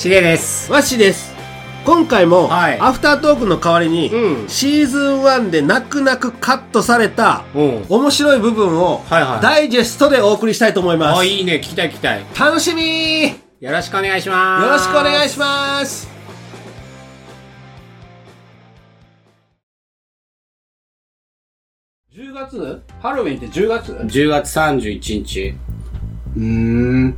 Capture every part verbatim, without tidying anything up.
しげです。 わっしーです。今回も、 はい、 アフタートークの代わりに、うん、シーズンワンで泣く泣くカットされた、うん、面白い部分を、はいはい、ダイジェストでお送りしたいと思います。 あ、いいね。聞きたい聞きたい。 楽しみー。 よろしくお願いします。 よろしくお願いします。じゅうがつ？ハロウィンってじゅうがつ？ じゅうがつさんじゅういちにち。うーん。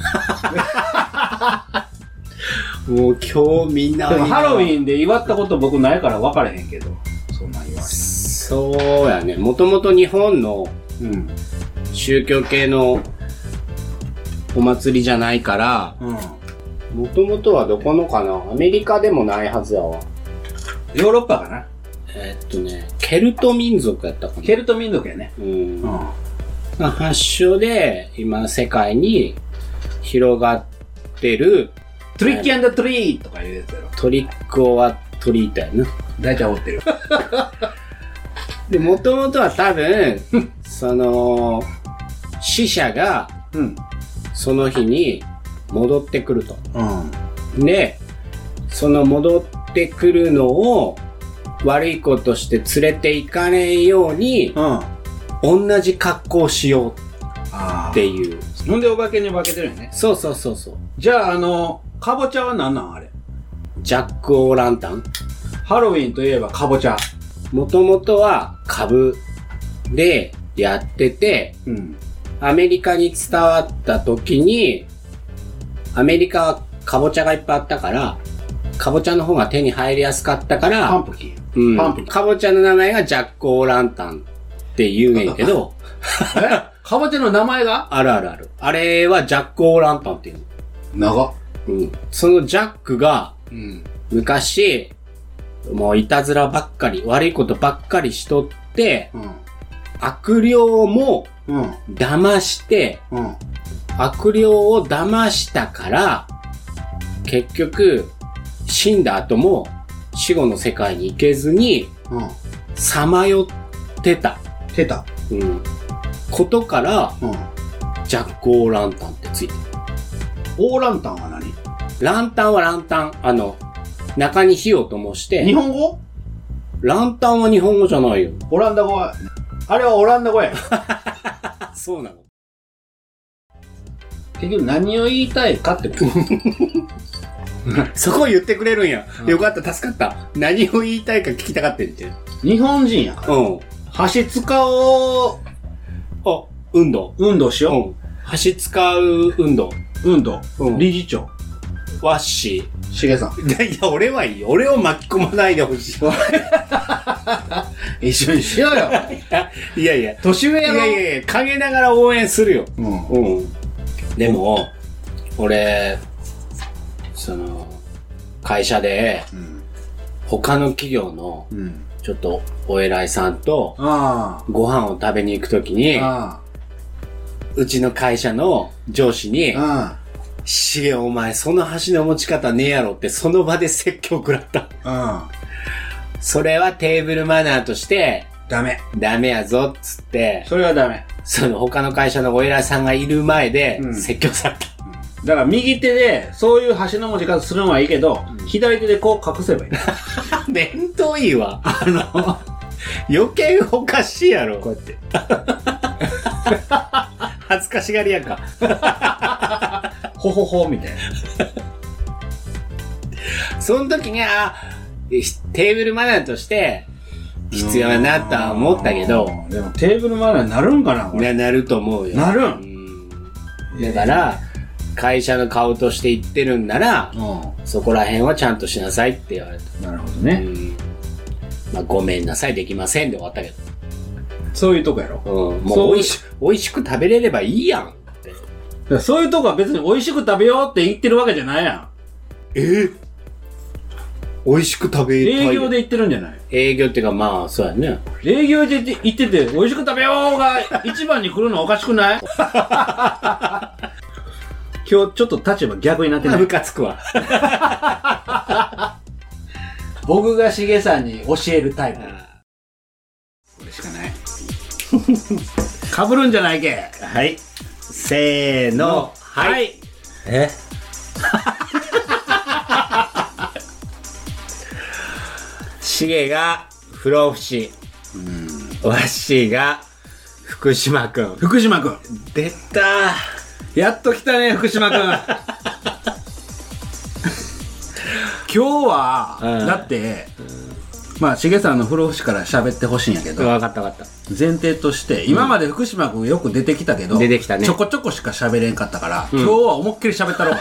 もう今日みんな。 でもハロウィンで祝ったこと僕ないから分からへんけど。そんなん言われて。 そうやね。もともと日本の宗教系のお祭りじゃないから、もともとはどこのかな？アメリカでもないはずやわ。 ヨーロッパかな？ えー、っとね、ケルト民族やったかな。 ケルト民族やね。うん。 うん、発祥で、今世界に広がってる、 トリックアンドトリートとかいうやつやろ。 トリックオアトリートやな。 大体追ってる。 で、もともとは多分、その、死者が、うん、その日に戻ってくると。うん、で、その戻ってくるのを、悪いことして連れて行かねえように、うん、同じ格好をしようっていう。 ほんでお化けに化けてるよね。 そうそうそうそう。 じゃあ、あの、かぼちゃは何なんあれ？ ジャック・オー・ランタン。 ハロウィンといえばかぼちゃ。 もともとは株でやってて、うん、アメリカに伝わった時に、アメリカはかぼちゃがいっぱいあったから、かぼちゃの方が手に入りやすかったから、 パンプキン。 うん。パンプキン。かぼちゃの名前がジャック・オー・ランタンって言うねんけど、 え？かぼちゃの名前が？ あるあるある。あれはジャック・オー・ランタンっていうの。長っ。 うん。そのジャックが、うん、昔、もういたずらばっかり、悪いことばっかりしとって、うん、悪霊も騙して、うん、悪霊を騙したから、結局、死んだ後も死後の世界に行けずに、さまよってた。 てた。 うん。ことから、うん、ジャック・オー・ランタンってついてる。 オーランタンは何？ ランタンはランタン。あの、中に火を灯して。 日本語？ ランタンは日本語じゃないよ。 オランダ語は、あれはオランダ語や。 そうなの。 結局何を言いたいかってこと。 そこを言ってくれるんや。うん、よかった、助かった。何を言いたいか聞きたがってんって。 日本人やから。うん。箸使おう。 あ、運動。 運動しよう。うん。 箸使う運動。 運動。うん。理事長。 わっしー。しげさん。 いや、いや、俺はいいよ。俺を巻き込まないでほしい。一緒にしようよ。 いやいや。 年上やろ。 いやいやいや、陰ながら応援するよ。うん。うん。でも、俺、その、会社で、うん、他の企業の、うん、ちょっとお偉いさんと、ご飯を食べに行くときに、うちの会社の上司に、しげお前その箸の持ち方ねえやろってその場で説教食らった。それはテーブルマナーとして、 ダメ。 ダメやぞっつって、 それはダメ。 その他の会社のお偉いさんがいる前で説教された。 うん、だから右手でそういう箸の持ち方するのはいいけど、うん、左手でこう隠せばいい。 面倒いいわ。あの、余計おかしいやろ。 こうやって。 恥ずかしがりやんか。 ほほほみたいな。その時に、あ、テーブルマナーとして必要だなとは思ったけど。 でもテーブルマナーになるんかなこれ。 いや、なると思うよ。 なるん。 うん、だから、会社の顔として言ってるんなら、そこら辺はちゃんとしなさいって言われた。 なるほどね。うん、 まあ、ごめんなさい、できませんで終わったけど。 そういうとこやろ。 うん。もう美味し、美味しく食べれればいいやんって。 そういうとこは別に美味しく食べようって言ってるわけじゃないやん。 えー、美味しく食べたい。 営業で言ってるんじゃない？ 営業っていうかまあ、そうやね。 営業で言ってて、美味しく食べようが一番に来るのおかしくない？今日ちょっと立場逆になってない。 ムカつくわ。 僕がしげさんに教えるタイプ。これしかない。かぶるんじゃないけ。 はい。せーの。はい。 えしげが不老不死。うん。わっしーが福島くん。 福島くん。 出たー。やっと来たね、福島くん。今日は、うん、だって、うん、まあ、しげさんの不老不死から喋ってほしいんやけど。 わかったわかった。 前提として、今まで福島くんよく出てきたけど、 出てきたね。 ちょこちょこしか喋れんかったから、うん、今日は思いっきり喋ったろう。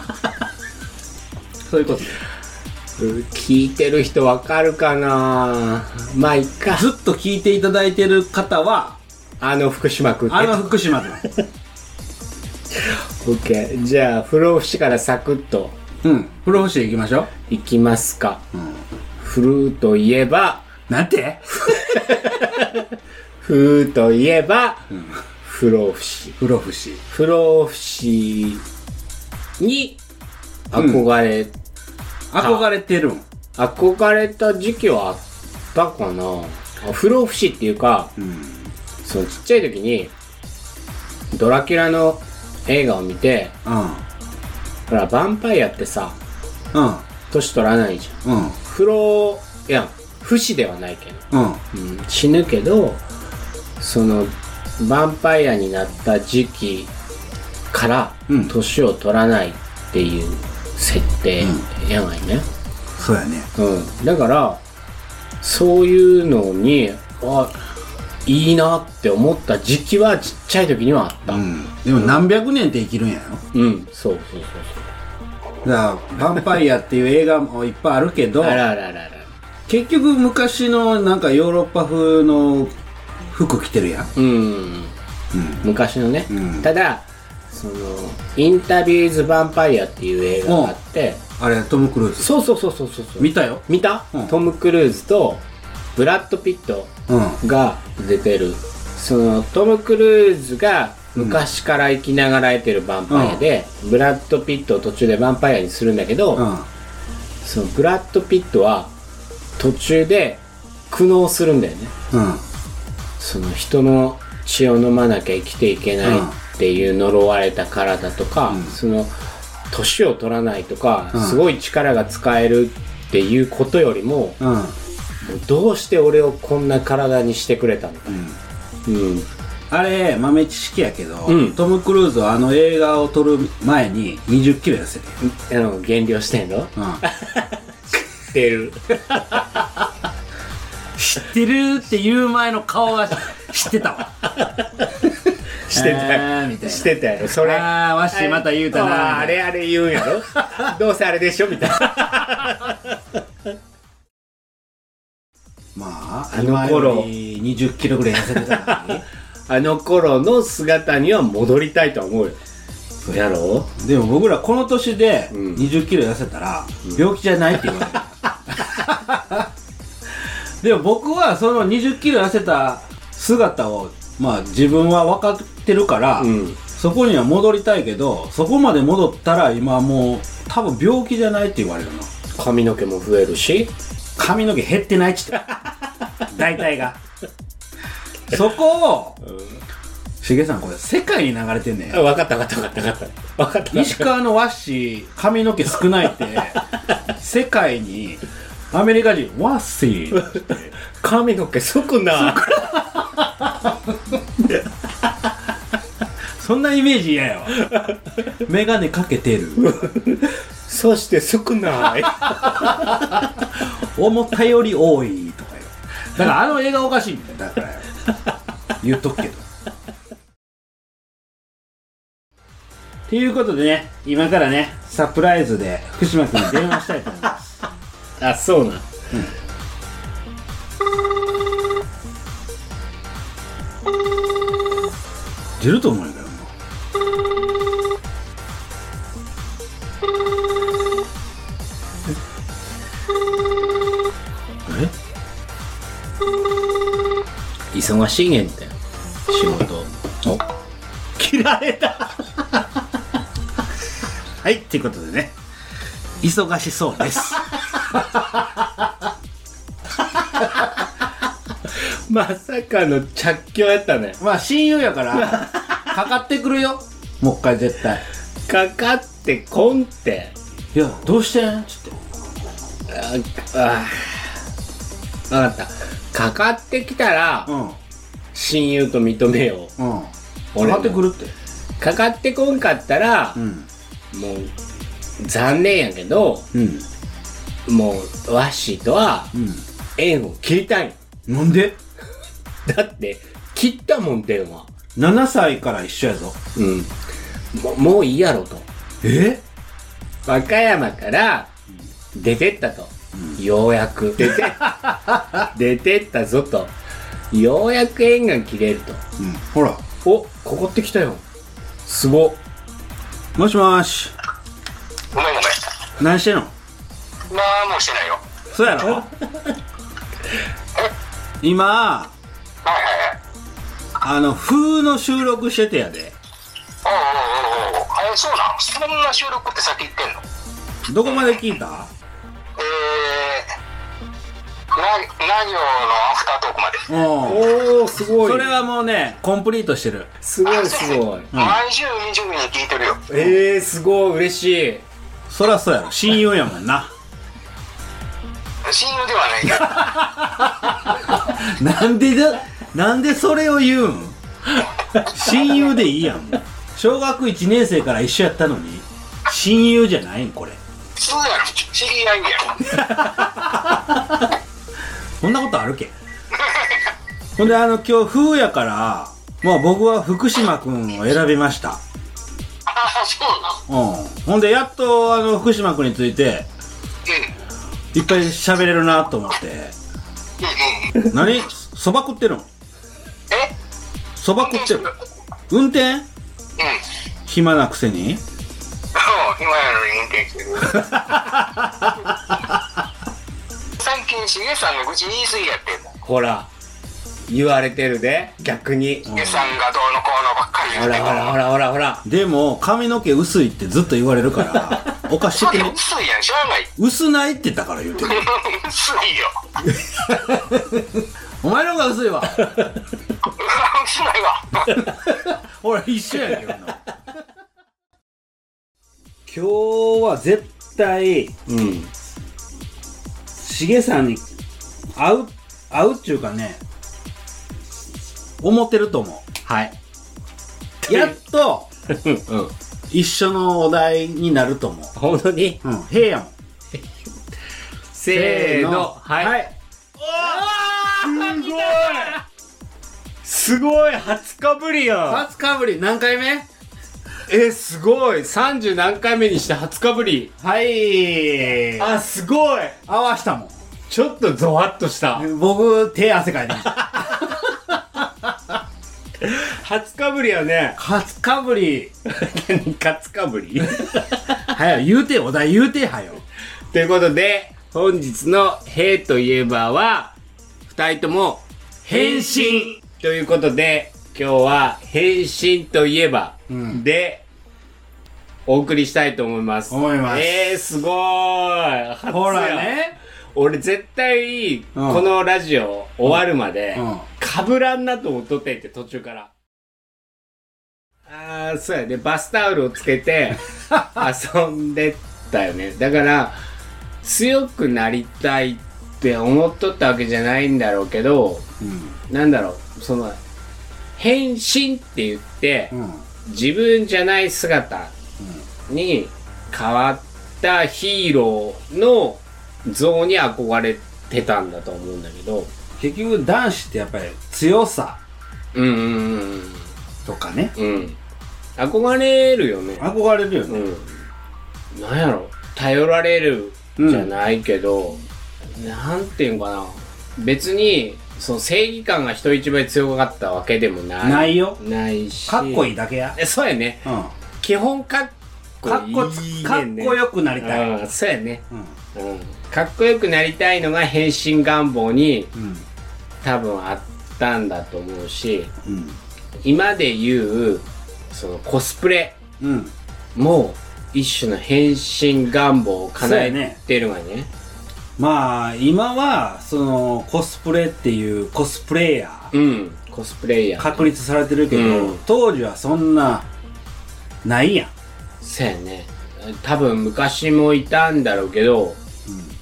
そういうこと。 聞いてる人わかるかな。まあいっか。 ずっと聞いていただいてる方はあの福島くん。 あの福島くん。 オッケー。じゃあ不老不死からサクッと。 うん。不老不死いきましょう。いきますか。うん、フルーといえばなんて？ フーといえば、うん、不老不死。 不老不死。 不老不死に憧れ。うん憧れてるん。 憧れた時期はあったかな。不老不死っていうか、うん、そのちっちゃい時にドラキュラの映画を見て、うん、ほらヴァンパイアってさ、うん、年取らないじゃん、うん、不老いや不死ではないけど、うんうん、死ぬけどそのヴァンパイアになった時期から年を取らないっていう設定やないね、うん、 そうやね、 うん、だからそういうのにあいいなって思った時期はちっちゃい時にはあった、うん、 でも何百年って生きるんやろ。 うんそうそうそうそうだからヴァンパイアっていう映画もいっぱいあるけどあらあらあらあら結局昔のなんかヨーロッパ風の服着てるやん、うん、うん、 昔のね、うん、ただそのインタビューズ・ヴァンパイアっていう映画があって、 あれトム・クルーズ。 そうそうそうそうそう見たよ。 見た、うん、トム・クルーズとブラッド・ピットが出てる、うん、そのトム・クルーズが昔から生きながらえてるヴァンパイアで、うん、ブラッド・ピットを途中でヴァンパイアにするんだけど、うん、そのブラッド・ピットは途中で苦悩するんだよね、うん、その人の血を飲まなきゃ生きていけない、うんっていう呪われた体とか、うん、その年を取らないとか、うん、すごい力が使えるっていうことよりも、うん、もうどうして俺をこんな体にしてくれたのか、うんうん、あれ豆知識やけど、うん、トム・クルーズはあの映画を撮る前ににじゅっキロ痩せてる。あの減量してんの、うん、知ってる知ってるって言う前の顔が知ってたわしてたみたいなしてたよそれ。 ああわしまた言うたな。 あれあれ言うんやろどうせあれでしょみたいなまああの頃にじゅっキロぐらい痩せてたのにあの頃の姿には戻りたいとは思うよ。そうやろ。 でも僕らこの年でにじゅっキロ痩せたら病気じゃないって言われる、うん、でも僕はそのにじゅっキロ痩せた姿をまあ自分は分かってるから、うん、そこには戻りたいけどそこまで戻ったら今もう多分病気じゃないって言われるの。 髪の毛も増えるし髪の毛減ってないっつって大体がそこを、うん、しげさんこれ世界に流れてんねん。 分かった分かった分かった分かった分かった。 石川のワッシー髪の毛少ないって世界にアメリカ人ワッシーって髪の毛少ないそんなイメージ嫌やわメガネかけてるそして少ない思ったより多いとかよ。だからあの映画おかしいんだよ。だからよ言っとくけどっていうことでね今からねサプライズで福島君に電話したいと思いますあそうなん、うん出ると思うんだけどな。 え忙しいねんって仕事。お切られたはいっていうことでね忙しそうですまさかの着去やったね。 まあ親友やからかかってくるよもう一回絶対かかってこんって。 いやどうしてんつってああかった。かかってきたら、うん、親友と認めよう。うん。 かかってくるって。 かかってこんかったら、うん、もう、残念やけど、うん、もう、ワッシーとは、縁を切りたい。 なんで？ だって、切ったもん、電話。 ななさいから一緒やぞ。 うん。も, もういいやろと。 え？ 和歌山から出てったと。うん、ようやく。出て、出てったぞと。ようやく縁が切れると。 うん、ほら。 お、かかってきたよ。すご。 もしもーし。 ごめんごめん。 何してんの？ なんもしてないよ。 そうやろ？今、はいはいはい。あの、風の収録しててやで。 おうおうおうおう。え、そうなん？そんな収録って先言ってんの？ どこまで聞いた？えー、 な、な行のアフタートークまで。 おー、すごい。 それはもうね、コンプリートしてる。 すごいすごい。 毎週にじゅうにん聞いてるよ。 えー、すごい、嬉しい。 そらそうやろ、親友やもんな。 親友ではないけど。なんでだ、なんでそれを言うん？親友でいいやん。小学いちねん生から一緒やったのに、親友じゃないんこれ。 そうやろ、知り合いやろ。 そんなことあるけ。ほんであの今日風やから、まあ僕は福島くんを選びました。 ああ、そうなの。うん。ほんでやっとあの福島くんについて、うん、いっぱい喋れるなと思って。うんうん、何？そば食ってるの？ え？ そば食ってる？運転？うん。暇なくせに？ 暇やのに運転してる。最近しげさんの愚痴言い過ぎやってんの。 ほら言われてるで、逆に。 しげさんがどうのこうのばっかり言ってる。 ほらほらほらほら。 でも髪の毛薄いってずっと言われるからおかしいってね。 薄いやん、知らない。 薄ないって言ったから言うてる。 薄いよ。 お前の方が薄いわ。 薄ないわ。 ほら一緒やけどな。今日は絶対、うん、しげさんに会う、会うっちゅうかね、思ってると思う。 はい。 やっと、うん、一緒のお題になると思う。 本当に？ うん、へいやもん。 せーの、はい。はい、おー、すごいすごい初かぶりやん。 初かぶり、何回目？ えー、すごいさんじゅう何回目にして初かぶり。 はい。 あ、すごい合わしたもん。 ちょっとゾワッとした。 僕手汗かいてました。 初かぶりやね。 初かぶり。 何初かぶり？ はよ言うて、お題言うてはよ。 ということで本日のへいといえばはふたりとも変身ということで、今日は変身といえばでお送りしたいと思います。 思います。 えー、すごーい。初や。 ほらね。 俺絶対、うん、このラジオ終わるまで、うんうん、かぶらんなと思っとってって途中から。あー、そうやね。バスタオルをつけて遊んでたよね。だから、強くなりたいって思っとったわけじゃないんだろうけど、うん、なんだろう、その、変身って言って、うん、自分じゃない姿に変わったヒーローの像に憧れてたんだと思うんだけど、 結局男子ってやっぱり強さうんうんうんとかね、 うん、憧れるよね。 憧れるよね、 うん、なんやろ、頼られるじゃないけど、うん、なんていうのかな、別にその正義感が人一倍強かったわけでもないないよ。 ないし、 かっこいいだけや。 え、そうやね、うん、基本かっこいい、ね、 かっこよくなりたい、 うん、そうやね、うんうん、かっこよくなりたいのが変身願望に、うん、多分あったんだと思うし、うん、今で言うそのコスプレも一種の変身願望を叶えてるわね。ね、 まあ今はそのコスプレっていうコスプレイヤー、うん、 コスプレイヤー確立されてるけど、うん、当時はそんなないやん。 そうやね。多分昔もいたんだろうけど、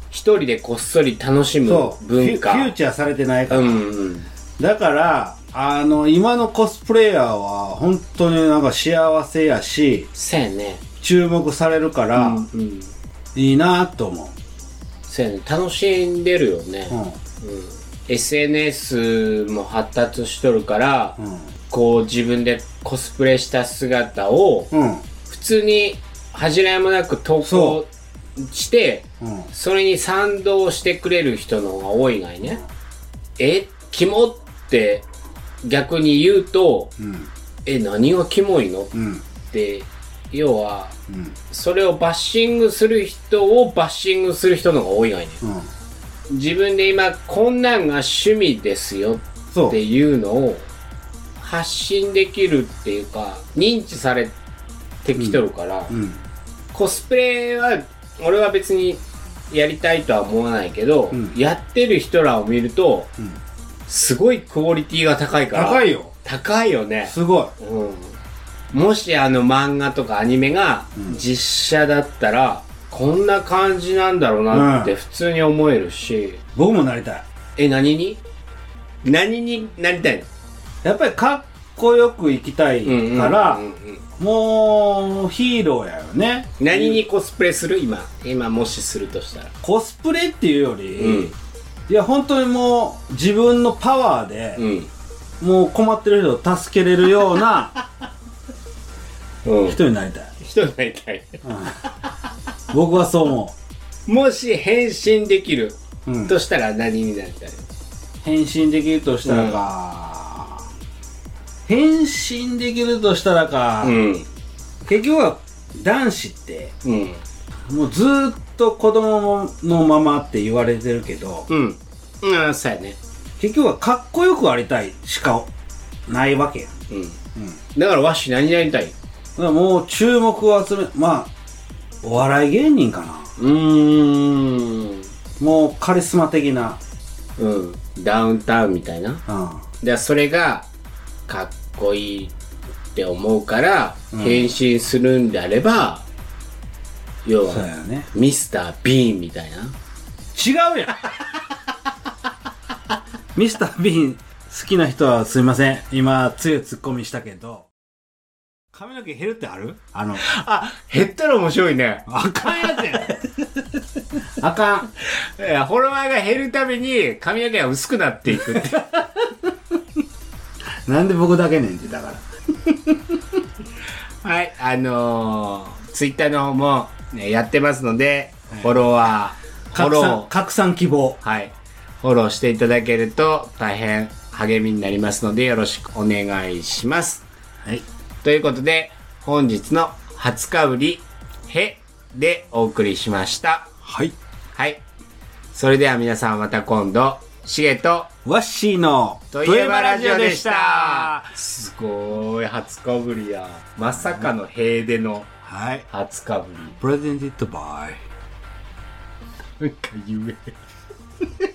一人でこっそり楽しむ文化。 フューチャーされてないから。 うんうん、 だから、あの、今のコスプレイヤーは、本当になんか幸せやし、 そうやね。 注目されるから、うんうん、いいなと思う。 そうやね。楽しんでるよね。うんうん、エスエヌエス も発達しとるから、うん、こう自分でコスプレした姿を、うん、普通に恥じらいもなく投稿して、うん、それに賛同してくれる人の方が多いがいね。うん、え、キモって逆に言うと、うん、え、何がキモいの、うん、って、要は、うん、それをバッシングする人をバッシングする人の方が多いがいね。うん、自分で今こんなんが趣味ですよっていうのを発信できるっていうか認知されてきとるから、うんうん、コスプレは俺は別にやりたいとは思わないけど、うん、やってる人らを見ると、うん、すごいクオリティが高いから。 高いよ。 高いよね。 すごい。 うん、もしあの漫画とかアニメが実写だったら、うん、こんな感じなんだろうなって普通に思えるし、うん、 僕もなりたい。 え、何に何になりたいの？ やっぱりかっこよく生きたいから、うんうんうんうん、もうヒーローやよね。 何にコスプレする？今今もしするとしたらコスプレっていうより、うん、いや本当にもう自分のパワーで、うん、もう困ってる人を助けれるような人になりたい。 人になりたい、うん、 僕はそう思う。もし変身できる、うん、としたら何になりたい？ 変身できるとしたらか、うん、変身できるとしたらか、うん、結局は男子って、うん、もうずーっと子供のままって言われてるけど、 うん、うん、そうやね。 結局はかっこよくありたいしかないわけや、うんうん、 だからワッシュ何になりたい？だからもう注目を集め、まあお笑い芸人かな。 うーん、 もうカリスマ的な、 うん、ダウンタウンみたいな、うん、でそれがかっこいいって思うから変身するんであれば、うん、要は、ね、ミスター・ビーンみたいな。 違うやんミスター・ビーン好きな人はすいません、今強いツッコミしたけど、髪の毛減るってある？あのあ、減ったら面白いね。 あかんやつやあかん。 いや、フォロワーが減るたびに髪の毛が薄くなっていくってなんで僕だけねんってだからはい、あのー、ツイッターの方も、ね、やってますので、はい、フォロワーフォロー拡散希望、 はい、フォローしていただけると大変励みになりますのでよろしくお願いします。はい、ということで本日の初かぶりへでお送りしました。 はいはい、それでは皆さんまた今度、しげとワッシーのといえばラジオでした。すごい初かぶりや。まさかのへでの初かぶり。 プレゼンティッドバイ。 なんか言え